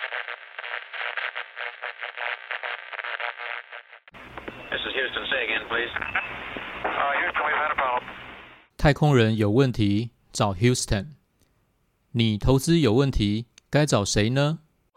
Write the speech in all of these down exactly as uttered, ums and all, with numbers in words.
This is Houston. Say again, please. Uh, Houston, we've had a problem. 太空人有问题找 Houston， 你投资有问题该找谁呢？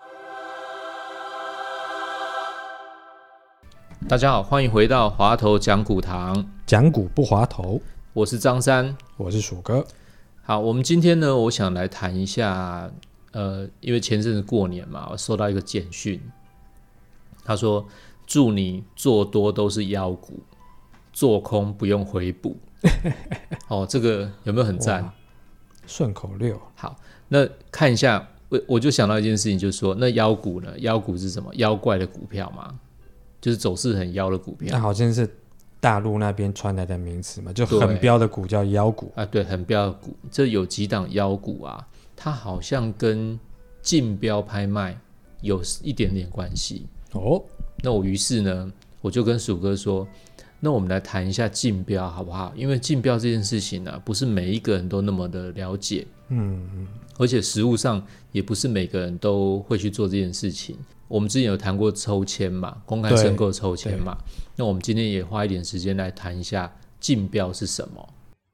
大家好，欢迎回到滑头讲股堂， 讲股不滑头， 我是张三， 我是鼠哥。 好，我们今天呢，我想来谈一下，呃，因为前阵子过年嘛，我收到一个简讯，他说祝你做多都是妖股，做空不用回补。哦，这个有没有很赞？ 顺口溜。 好，那看一下，我我就想到一件事情，就是说，那妖股呢？妖股是什么？妖怪的股票嘛，就是走势很妖的股票。 那好像是大陆那边传来的名词嘛，就很标的股叫妖股啊，对，很标的股。这有几档妖股啊，它好像跟竞标拍卖有一点点关系哦。 那我于是呢，我就跟鼠哥说，那我们来谈一下竞标好不好？因为竞标这件事情呢、啊，不是每一个人都那么的了解， 嗯嗯， 而且实务上也不是每个人都会去做这件事情。我们之前有谈过抽签嘛，公开申购抽签嘛，那我们今天也花一点时间来谈一下竞标是什么。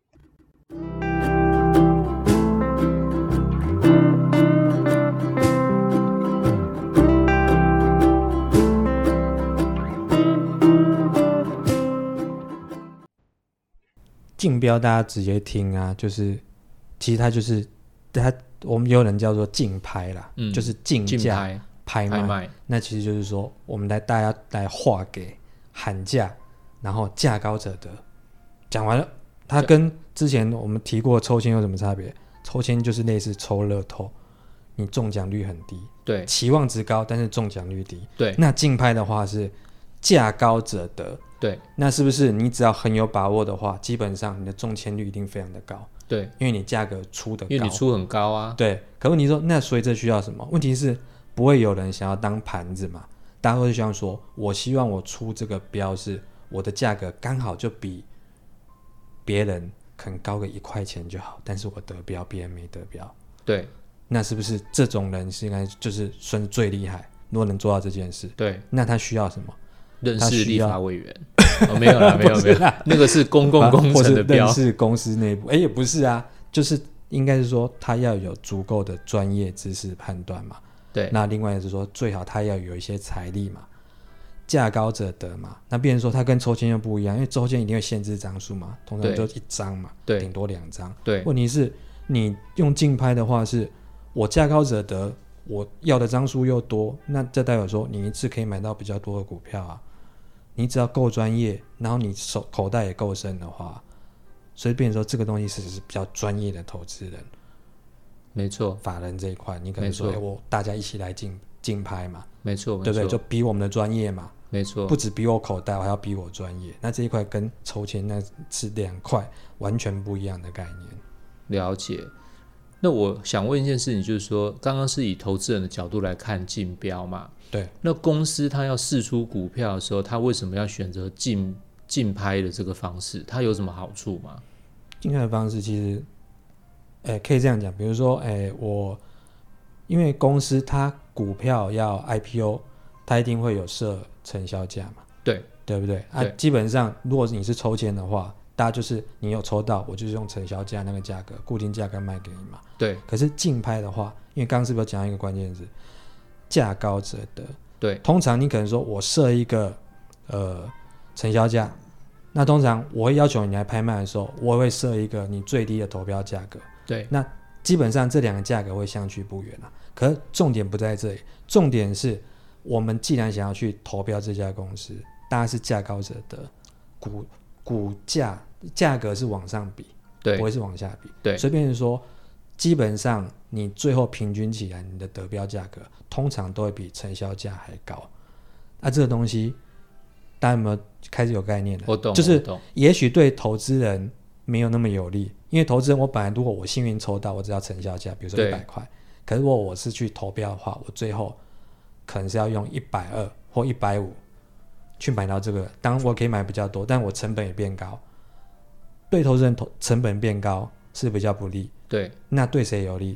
竞标大家直接听啊，就是其实它就是它我们有人叫做竞拍啦，嗯、就是竞价拍 卖, 拍卖，那其实就是说我们来大家来划给喊价，然后价高者得。讲完了，它跟之前我们提过抽签有什么差别？抽签就是类似抽乐透，你中奖率很低， 对， 期望值高，但是中奖率低， 对。 那竞拍的话是价高者得。 对， 那是不是你只要很有把握的话，基本上你的中签率一定非常的高？ 对， 因为你价格出的高， 因为你出很高啊。 对，可问题说，那所以这需要什么？问题是不会有人想要当盘子嘛？大家会希望说，我希望我出这个标是我的价格刚好就比别人可能高个一块钱就好，但是我得标，别人没得标。 对， 那是不是这种人是应该就是算是最厉害？如果能做到这件事， 对， 那他需要什么？ 认识立法委员。哦、没有啦，没有没有，那个是公共工程的标， 或是认识公司内部，哎，也不是啊，就是应该是说他要有足够的专业知识判断嘛。 对， 那另外是说最好他要有一些财力嘛，价高者得嘛。那变成说他跟抽签又不一样，因为抽签一定会限制张数嘛，通常就一张嘛， 对， 顶多两张。 对， 问题是你用竞拍的话，是我价高者得，我要的张数又多，那这代表说你一次可以买到比较多的股票啊。你只要够专业，然后你手口袋也够深的话，所以变成说这个东西是是比较专业的投资人， 没错， 法人这一块，你可能说，哎，我大家一起来竞竞拍嘛， 没错， 对不对？就比我们的专业嘛， 没错， 不止比我口袋，还要比我专业。那这一块跟抽签那是两块完全不一样的概念。 了解。那我想问一件事情，就是说，刚刚是以投资人的角度来看竞标嘛？ 对。那公司它要释出股票的时候，它为什么要选择竞竞拍的这个方式？它有什么好处吗？ 竞拍的方式其实，诶，可以这样讲，比如说，诶，我因为公司它股票要 I P O， 它一定会有设成交价嘛？ 对， 对不对？ 对啊，基本上如果你是抽签的话，大家就是你有抽到，我就是用成交价那个价格，固定价格卖给你嘛。 对。 可是竞拍的话，因为刚刚是不是讲一个关键字，价高者得。 对。 通常你可能说我设一个呃成交价，那通常我会要求你来拍卖的时候，我会设一个你最低的投标价格。 对。 那基本上这两个价格会相去不远啊。可是重点不在这里，重点是我们既然想要去投标这家公司，当然是价高者得，股股价价格是往上比， 对， 不会是往下比。 对， 所以变成说，基本上你最后平均起来，你的得标价格通常都会比成交价还高。那、啊、这个东西，大家有没有开始有概念了？ 我懂， 就是也许对投资人没有那么有利，因为投资人我本来如果我幸运抽到，我只要成交价，比如说一百块，可是如果我是去投标的话，我最后可能是要用一百二或一百五去买到这个，当然我可以买比较多，但我成本也变高，对投资人成本变高是比较不利。 对， 那对谁有利？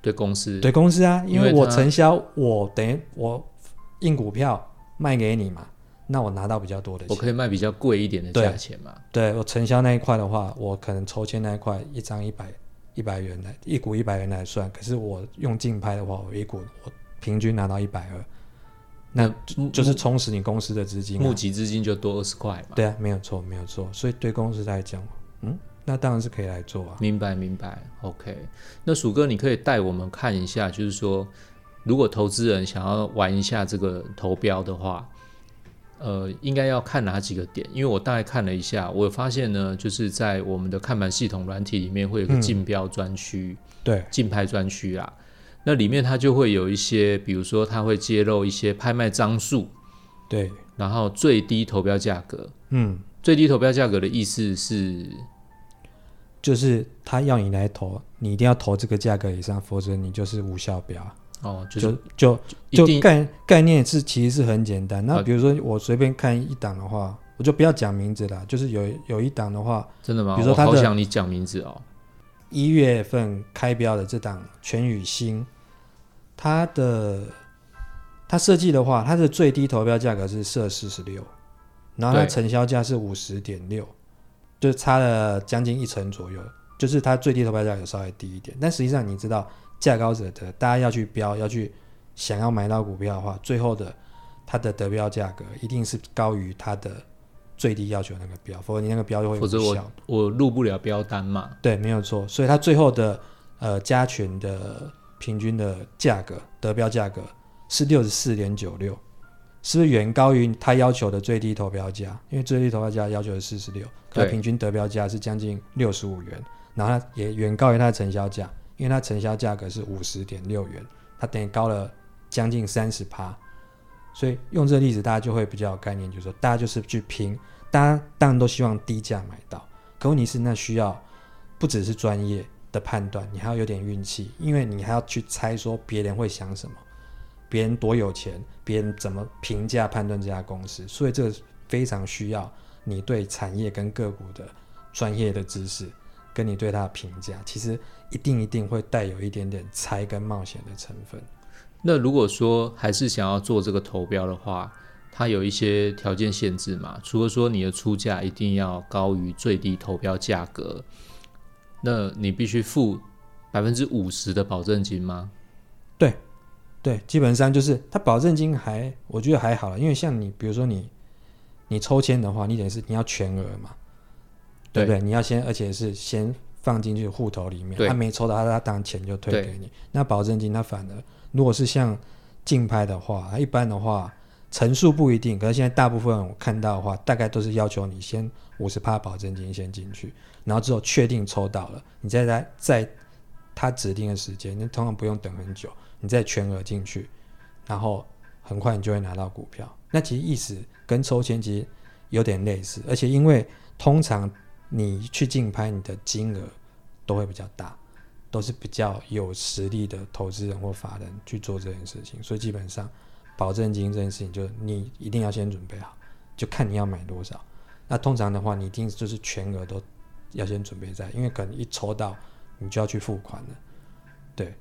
对公司， 对公司啊，因为因为我承销，我等于我印股票卖给你嘛，那我拿到比较多的钱， 我可以卖比较贵一点的价钱嘛。 对，对我承销那一块的话，我可能抽签那一块一张一百一百元来，一股一百元来算，可是我用竞拍的话，我一股我平均拿到一百二，那就就是充实你公司的资金、啊， 募集资金就多二十块嘛。 对啊，没有错，没有错。所以对公司来讲，嗯，那当然是可以来做啊。 明白，明白。OK， 那鼠哥，你可以带我们看一下，就是说，如果投资人想要玩一下这个投标的话，呃，应该要看哪几个点？因为我大概看了一下，我发现呢，就是在我们的看盘系统软体里面会有个竞标专区， 嗯、对， 竞拍专区啦。那里面它就会有一些，比如说它会揭露一些拍卖张数， 对， 然后最低投标价格， 嗯， 最低投标价格的意思是， 就是他要你来投，你一定要投这个价格以上，否则你就是无效标。 哦，就是就就就概概念是其实是很简单。那比如说我随便看一档的话，我就不要讲名字啦，就是有有一档的话， 真的吗？ 比如说他的我好想你讲名字哦。 一月份开标的这档全宇星，它的它设计的话，它的最低投标价格是设四十六，然后它成交价是五十点六，就差了将近一成左右，就是它最低投标价格稍微低一点。但实际上你知道，价高者得，大家要去标，要去想要买到股票的话，最后的它的得标价格一定是高于它的最低要求那个标，否则你那个标就会无效， 否则我我入不了标单嘛。 对，没有错。所以它最后的呃加权的平均的价格，得标价格是 六十四点九六， 是不是远高于它要求的最低投标价？因为最低投标价要求是四十六，可平均得标价是将近六十五元，然后它也远高于它的成交价。因为它成交价格是 五十点六元，它等于高了将近 百分之三十， 所以用这个例子大家就会比较有概念，就是说大家就是去拼，大家当然都希望低价买到，可问题是那需要不只是专业的判断，你还要有点运气，因为你还要去猜说别人会想什么，别人多有钱，别人怎么评价判断这家公司，所以这个非常需要你对产业跟个股的专业的知识，跟你对它的评价，其实一定一定会带有一点点猜跟冒险的成分。 那如果说还是想要做这个投标的话，它有一些条件限制嘛？除了说你的出价一定要高于最低投标价格，那你必须付 百分之五十 的保证金吗？ 对对，基本上就是它保证金还我觉得还好了，因为像你比如说你你抽签的话，你等于是你要全额嘛，对不对？你要先，而且是先放进去户头里面，他没抽到，他他当然钱就退给你。那保证金他反而，如果是像竞拍的话，一般的话成数不一定，可是现在大部分我看到的话，大概都是要求你先 百分之五十 保证金先进去，然后之后确定抽到了，你再在在他指定的时间，你通常不用等很久，你再全额进去，然后很快你就会拿到股票。那其实意思跟抽签其实有点类似，而且因为通常你去竞拍，你的金额都会比较大，都是比较有实力的投资人或法人去做这件事情，所以基本上保证金这件事情就你一定要先准备好，就看你要买多少。那通常的话你一定就是全额都要先准备在，因为可能一抽到你就要去付款了。对，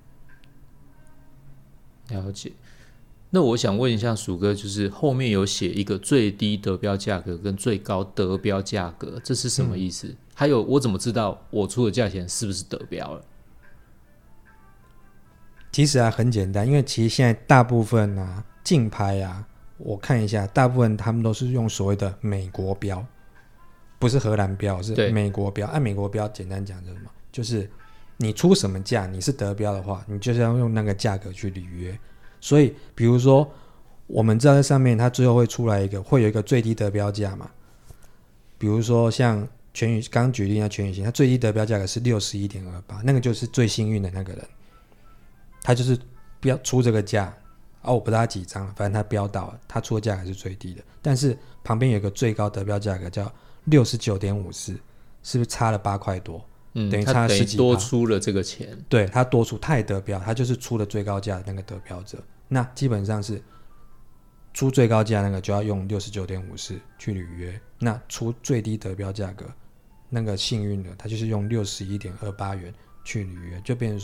了解。那我想问一下鼠哥，就是后面有写一个最低得标价格跟最高得标价格，这是什么意思？嗯、还有我怎么知道我出的价钱是不是得标了？ 其实啊很简单，因为其实现在大部分啊竞拍啊，我看一下，大部分他们都是用所谓的美国标，不是荷兰标，是美国标。按美国标简单讲就是什么？就是你出什么价，你是得标的话，你就是要用那个价格去履约。所以比如说我们知道在上面它最后会出来一个会有一个最低得标价嘛，比如说像全宇刚举例那全宇星，它最低得标价格是 六十一点二八， 那个就是最幸运的那个人，他就是标出这个价啊，我不知道他几张，反正他标到了，他出的价格是最低的。但是旁边有一个最高得标价格叫 六十九点五四， 是不是差了八块多？ 嗯， 等于差了十几%， 他多出了这个钱。 对，他多出，他也得标，他就是出了最高价的那个得标者。那基本上是出最高价那个就要用 六十九点五四 去履约，那出最低得标价格那个幸运的他就是用 六十一点二八元去履约，就变成说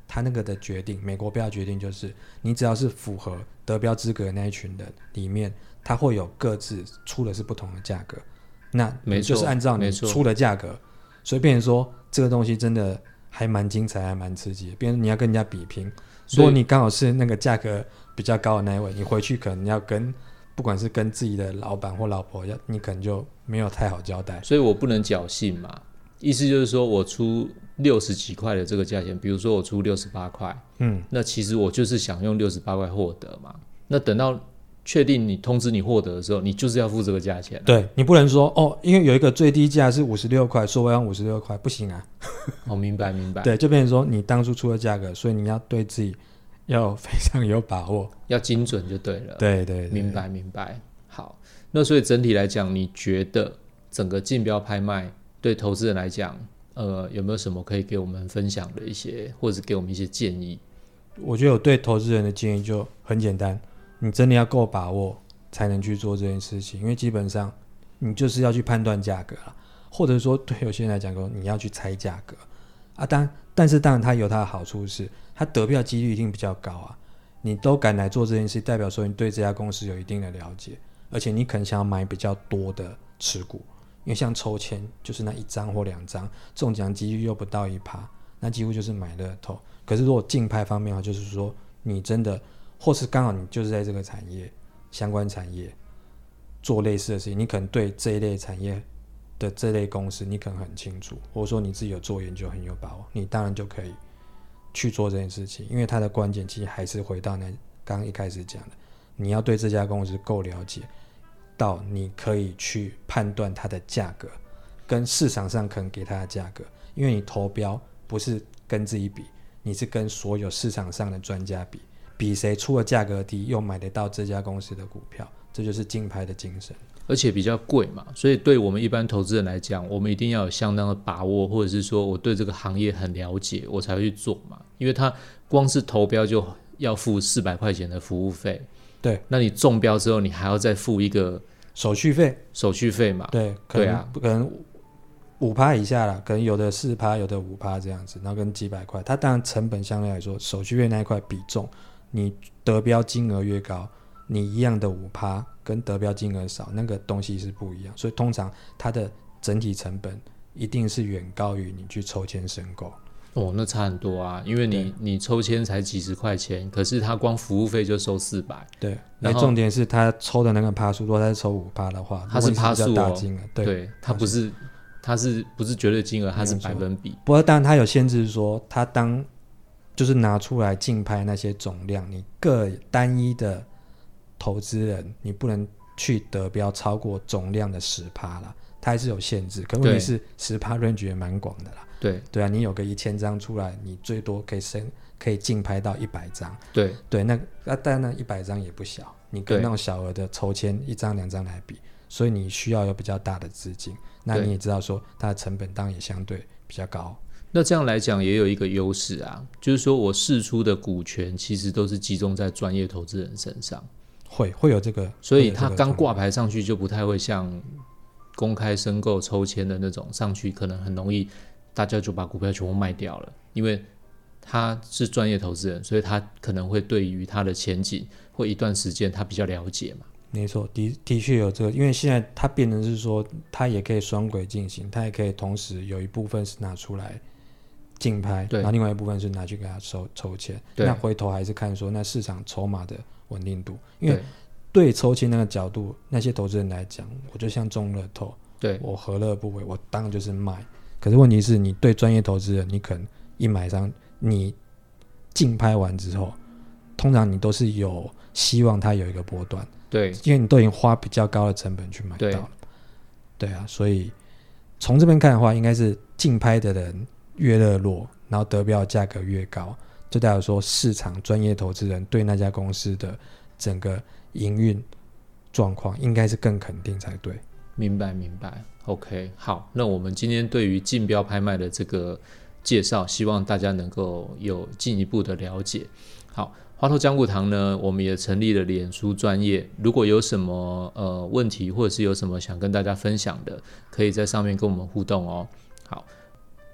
他那个的决定，美国标决定就是你只要是符合得标资格的那一群人里面，他会有各自出的是不同的价格，那你就是按照你出的价格，所以变成说这个东西真的还蛮精彩，还蛮刺激的。变成你要跟人家比拼，如果你刚好是那个价格比较高的那一位，你回去可能要跟不管是跟自己的老板或老婆，你可能就没有太好交代。 所以我不能侥幸嘛，意思就是说我出六十几块的这个价钱，比如说我出六十八块，嗯，那其实我就是想用六十八块获得嘛。那等到确定你通知你获得的时候，你就是要付这个价钱、啊。 对，你不能说哦，因为有一个最低价是五十六块，说我要五十六块，不行啊。 哦，明白明白。 对，就变成说你当初出的价格，所以你要对自己要非常有把握， 要精准就对了。 对对对， 明白明白。好，那所以整体来讲，你觉得整个竞标拍卖对投资人来讲，呃，有没有什么可以给我们分享的一些，或者是给我们一些建议？ 我觉得我对投资人的建议就很简单，你真的要够把握才能去做这件事情，因为基本上你就是要去判断价格啦，或者说对有些人来讲说你要去猜价格啊。当但是当然它有它的好处是，它得票几率一定比较高啊。你都敢来做这件事，代表说你对这家公司有一定的了解，而且你可能想要买比较多的持股，因为像抽签就是那一张或两张，中奖几率又不到一趴，那几乎就是买乐透。可是如果竞拍方面的话，就是说你真的，或是刚好你就是在这个产业相关产业做类似的事情，你可能对这一类产业的这类公司你可能很清楚，或者说你自己有做研究很有把握，你当然就可以去做这件事情。因为它的关键其实还是回到那刚刚一开始讲的，你要对这家公司够了解到你可以去判断它的价格跟市场上可能给它的价格，因为你投标不是跟自己比，你是跟所有市场上的专家比，比谁出的价格低又买得到这家公司的股票，这就是竞拍的精神。 而且比较贵嘛，所以对我们一般投资人来讲，我们一定要有相当的把握，或者是说我对这个行业很了解，我才会去做嘛。因为他光是投标就要付四百块钱的服务费， 对， 那你中标之后，你还要再付一个手续费， 手续费嘛， 对，可能对啊，不可能五趴以下啦，可能有的四趴，有的五趴这样子，然后跟几百块，它当然成本相对来说，手续费那一块比重，你得标金额越高，你一样的五趴跟得标金额少，那个东西是不一样，所以通常它的整体成本一定是远高于你去抽签申购。 哦，那差很多啊，因为你你抽签才几十块钱，可是他光服务费就收四百。 对，那重点是他抽的那个趴数，如果他是抽五趴的话， 他是趴数哦， 对， 对，他不是他是不是绝对金额，他是百分比。 不过当然他有限制说，他当就是拿出来竞拍那些总量，你各单一的投资人，你不能去得标超过总量的十趴啦，它还是有限制。可问题是十趴 range 也蛮广的啦。 对对啊，你有个一千张出来，你最多可以升可以竞拍到一百张。 对对，那那但那一百张也不小，你跟那种小额的抽签一张两张来比，所以你需要有比较大的资金。那你也知道说它的成本当然也相对比较高。 那这样来讲也有一个优势啊，就是说我释出的股权其实都是集中在专业投资人身上， 会会有这个， 所以他刚挂牌上去就不太会像公开申购抽签的那种上去，可能很容易大家就把股票全部卖掉了，因为他是专业投资人，所以他可能会对于他的前景或一段时间他比较了解嘛。 没错，的的确有这个，因为现在它变成是说，它也可以双轨进行，它也可以同时有一部分是拿出来竞拍，然后另外一部分是拿去给他抽抽签。那回头还是看说那市场筹码的稳定度，因为对抽签那个角度，那些投资人来讲，我就像中乐透， 对我何乐不为？我当然就是卖。可是问题是你对专业投资人，你可能一买上，你竞拍完之后，通常你都是有希望它有一个波段。 对， 因为你都已经花比较高的成本去买到了， 对, 对啊，所以从这边看的话，应该是竞拍的人越热络，然后得标的价格越高，就代表说市场专业投资人对那家公司的整个营运状况应该是更肯定才对。 明白明白 OK， 好，那我们今天对于竞标拍卖的这个介绍，希望大家能够有进一步的了解。好，花头江湖堂呢，我们也成立了脸书专页，如果有什么呃问题，或者是有什么想跟大家分享的，可以在上面跟我们互动哦。好，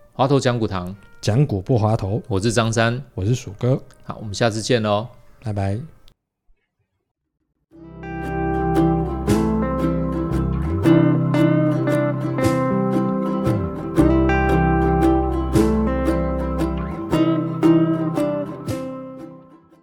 滑头讲股堂， 讲股不滑头。 我是张三， 我是鼠哥。 好，我们下次见喽， 拜拜。